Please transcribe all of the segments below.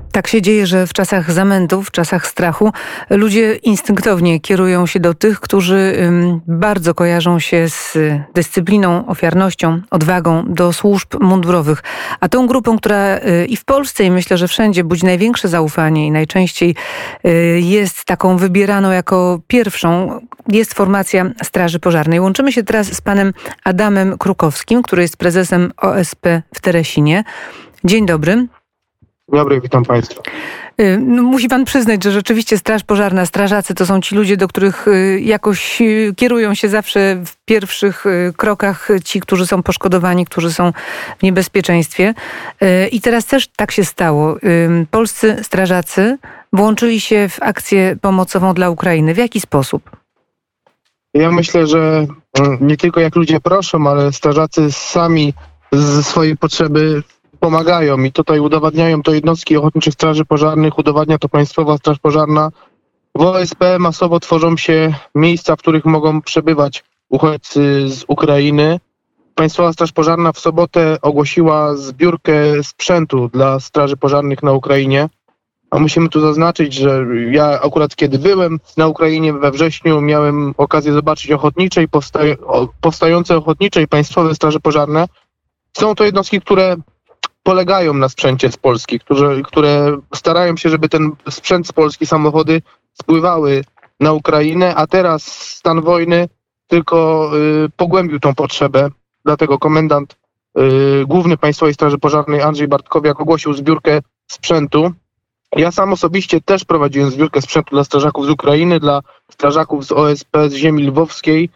Tak się dzieje, że w czasach zamętów, w czasach strachu ludzie instynktownie kierują się do tych, którzy bardzo kojarzą się z dyscypliną, ofiarnością, odwagą do służb mundurowych. A tą grupą, która i w Polsce, i myślę, że wszędzie budzi największe zaufanie i najczęściej jest taką wybieraną jako pierwszą, jest formacja Straży Pożarnej. Łączymy się teraz z panem Adamem Krukowskim, który jest prezesem OSP w Teresinie. Dzień dobry. Dobry, witam Państwa. Musi pan przyznać, że rzeczywiście Straż Pożarna, strażacy to są ci ludzie, do których jakoś kierują się zawsze w pierwszych krokach ci, którzy są poszkodowani, którzy są w niebezpieczeństwie. I teraz też tak się stało. Polscy strażacy włączyli się w akcję pomocową dla Ukrainy. W jaki sposób? Ja myślę, że nie tylko jak ludzie proszą, ale strażacy sami ze swojej potrzeby pomagają i tutaj udowadniają to jednostki ochotniczych straży pożarnych, udowadnia to Państwowa Straż Pożarna. W OSP masowo tworzą się miejsca, w których mogą przebywać uchodźcy z Ukrainy. Państwowa Straż Pożarna w sobotę ogłosiła zbiórkę sprzętu dla straży pożarnych na Ukrainie. A musimy tu zaznaczyć, że ja akurat kiedy byłem na Ukrainie we wrześniu, miałem okazję zobaczyć powstające ochotnicze i państwowe straże pożarne. Są to jednostki, które polegają na sprzęcie z Polski, które starają się, żeby ten sprzęt z Polski, samochody spływały na Ukrainę, a teraz stan wojny tylko pogłębił tą potrzebę. Dlatego komendant główny Państwowej Straży Pożarnej Andrzej Bartkowiak ogłosił zbiórkę sprzętu. Ja sam osobiście też prowadziłem zbiórkę sprzętu dla strażaków z Ukrainy, dla strażaków z OSP z ziemi lwowskiej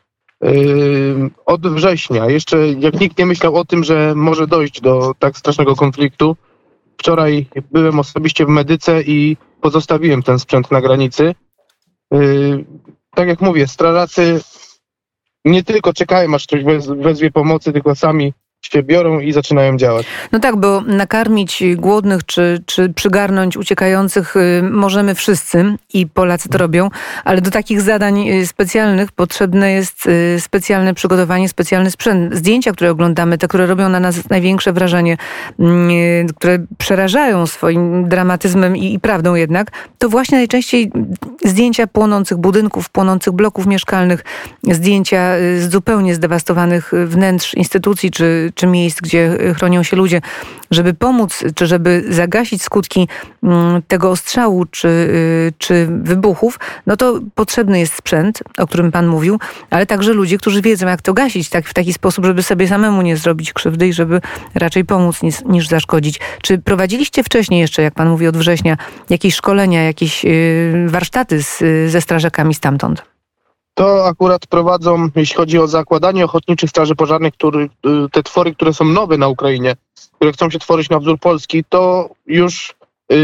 od września. Jeszcze jak nikt nie myślał o tym, że może dojść do tak strasznego konfliktu. Wczoraj byłem osobiście w Medyce i pozostawiłem ten sprzęt na granicy. Tak jak mówię, strażacy nie tylko czekają, aż ktoś wezwie pomocy, tylko sami się biorą i zaczynają działać. No tak, bo nakarmić głodnych czy przygarnąć uciekających możemy wszyscy i Polacy to robią, ale do takich zadań specjalnych potrzebne jest specjalne przygotowanie, specjalny sprzęt. Zdjęcia, które oglądamy, te, które robią na nas największe wrażenie, które przerażają swoim dramatyzmem i prawdą jednak, to właśnie najczęściej zdjęcia płonących budynków, płonących bloków mieszkalnych, zdjęcia z zupełnie zdewastowanych wnętrz instytucji czy miejsc, gdzie chronią się ludzie, żeby pomóc, czy żeby zagasić skutki tego ostrzału, czy wybuchów, no to potrzebny jest sprzęt, o którym pan mówił, ale także ludzie, którzy wiedzą, jak to gasić w taki sposób, żeby sobie samemu nie zrobić krzywdy i żeby raczej pomóc niż zaszkodzić. Czy prowadziliście wcześniej jeszcze, jak pan mówi, od września, jakieś szkolenia, jakieś warsztaty ze strażakami stamtąd? To akurat prowadzą, jeśli chodzi o zakładanie ochotniczych straży pożarnych, te twory, które są nowe na Ukrainie, które chcą się tworzyć na wzór Polski, to już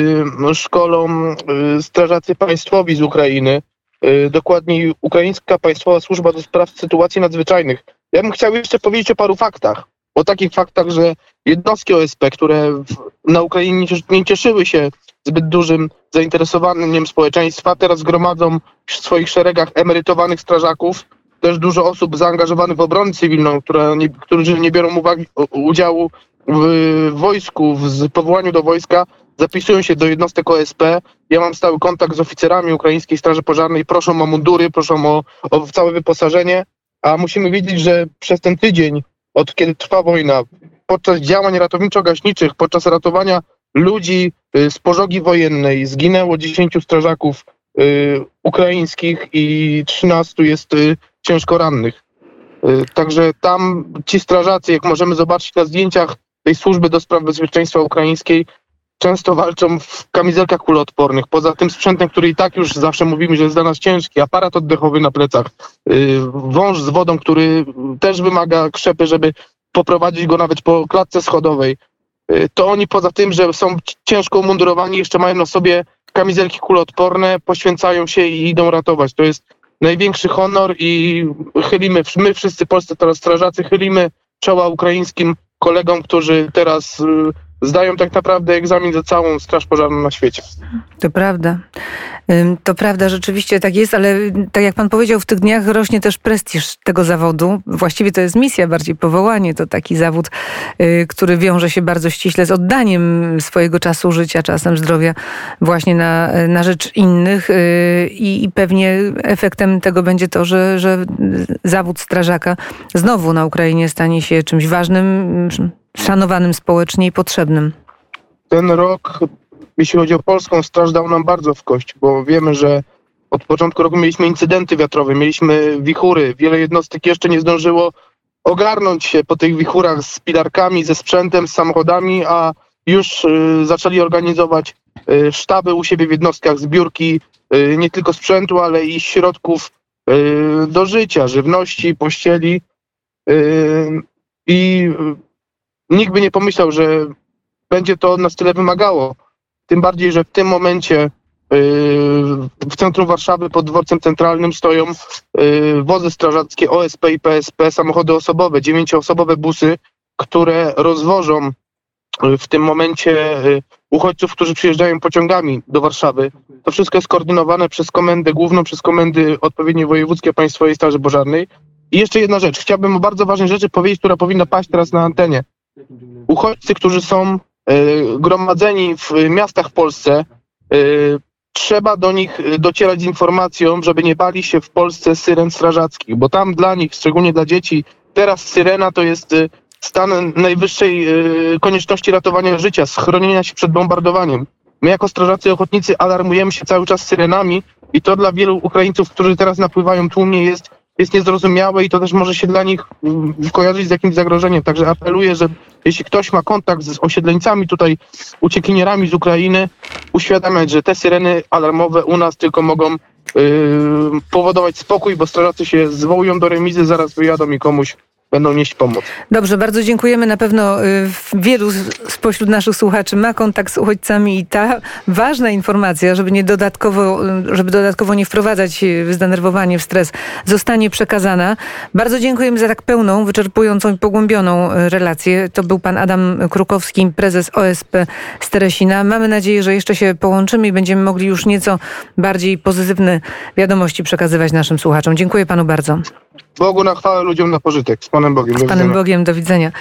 szkolą strażacy państwowi z Ukrainy, dokładniej Ukraińska Państwowa Służba do Spraw Sytuacji Nadzwyczajnych. Ja bym chciał jeszcze powiedzieć o paru faktach. O takich faktach, że jednostki OSP, które na Ukrainie nie cieszyły się zbyt dużym zainteresowaniem społeczeństwa, teraz gromadzą w swoich szeregach emerytowanych strażaków, też dużo osób zaangażowanych w obronę cywilną, którzy nie biorą udziału w wojsku, w powołaniu do wojska, zapisują się do jednostek OSP. Ja mam stały kontakt z oficerami Ukraińskiej Straży Pożarnej, proszą o mundury, proszą o całe wyposażenie, a musimy wiedzieć, że przez ten tydzień, od kiedy trwa wojna, podczas działań ratowniczo-gaśniczych, podczas ratowania ludzi z pożogi wojennej zginęło 10 strażaków ukraińskich i 13 jest ciężko rannych. Także tam ci strażacy, jak możemy zobaczyć na zdjęciach tej służby do spraw bezpieczeństwa ukraińskiej, często walczą w kamizelkach kuloodpornych. Poza tym sprzętem, który i tak już zawsze mówimy, że jest dla nas ciężki, aparat oddechowy na plecach, wąż z wodą, który też wymaga krzepy, żeby poprowadzić go nawet po klatce schodowej. To oni poza tym, że są ciężko umundurowani, jeszcze mają na sobie kamizelki kuloodporne, poświęcają się i idą ratować. To jest największy honor i my wszyscy polscy teraz strażacy chylimy czoła ukraińskim kolegom, którzy teraz zdają tak naprawdę egzamin za całą straż pożarną na świecie. To prawda. To prawda, rzeczywiście tak jest, ale tak jak pan powiedział, w tych dniach rośnie też prestiż tego zawodu. Właściwie to jest misja, bardziej powołanie. To taki zawód, który wiąże się bardzo ściśle z oddaniem swojego czasu, życia, czasem zdrowia właśnie na rzecz innych i pewnie efektem tego będzie to, że zawód strażaka znowu na Ukrainie stanie się czymś ważnym, szanowanym społecznie i potrzebnym. Ten rok, jeśli chodzi o polską straż, dał nam bardzo w kość, bo wiemy, że od początku roku mieliśmy incydenty wiatrowe, mieliśmy wichury. Wiele jednostek jeszcze nie zdążyło ogarnąć się po tych wichurach z pilarkami, ze sprzętem, z samochodami, a już zaczęli organizować sztaby u siebie w jednostkach, zbiórki nie tylko sprzętu, ale i środków do życia, żywności, pościeli. I nikt by nie pomyślał, że będzie to od nas tyle wymagało. Tym bardziej, że w tym momencie w centrum Warszawy pod dworcem centralnym stoją wozy strażackie OSP i PSP, samochody osobowe, 9-osobowe busy, które rozwożą w tym momencie uchodźców, którzy przyjeżdżają pociągami do Warszawy. To wszystko jest koordynowane przez Komendę Główną, przez komendy odpowiednie wojewódzkie Państwowej Straży Pożarnej. I jeszcze jedna rzecz. Chciałbym o bardzo ważnej rzeczy powiedzieć, która powinna paść teraz na antenie. Uchodźcy, którzy są gromadzeni w miastach w Polsce, trzeba do nich docierać z informacją, żeby nie bali się w Polsce syren strażackich, bo tam dla nich, szczególnie dla dzieci, teraz syrena to jest stan najwyższej konieczności ratowania życia, schronienia się przed bombardowaniem. My jako strażacy ochotnicy alarmujemy się cały czas syrenami i to dla wielu Ukraińców, którzy teraz napływają tłumnie, jest niezrozumiałe i to też może się dla nich kojarzyć z jakimś zagrożeniem. Także apeluję, że jeśli ktoś ma kontakt z osiedleńcami tutaj, uciekinierami z Ukrainy, uświadamiać, że te syreny alarmowe u nas tylko mogą powodować spokój, bo strażacy się zwołują do remizy, zaraz wyjadą i komuś będą nieść pomoc. Dobrze, bardzo dziękujemy. Na pewno wielu spośród naszych słuchaczy ma kontakt z uchodźcami i ta ważna informacja, żeby dodatkowo nie wprowadzać w zdenerwowanie, w stres, zostanie przekazana. Bardzo dziękujemy za tak pełną, wyczerpującą i pogłębioną relację. To był pan Adam Krukowski, prezes OSP z Teresina. Mamy nadzieję, że jeszcze się połączymy i będziemy mogli już nieco bardziej pozytywne wiadomości przekazywać naszym słuchaczom. Dziękuję panu bardzo. Bogu na chwałę, ludziom na pożytek. Z Panem Bogiem. Z Panem Bogiem. Do widzenia.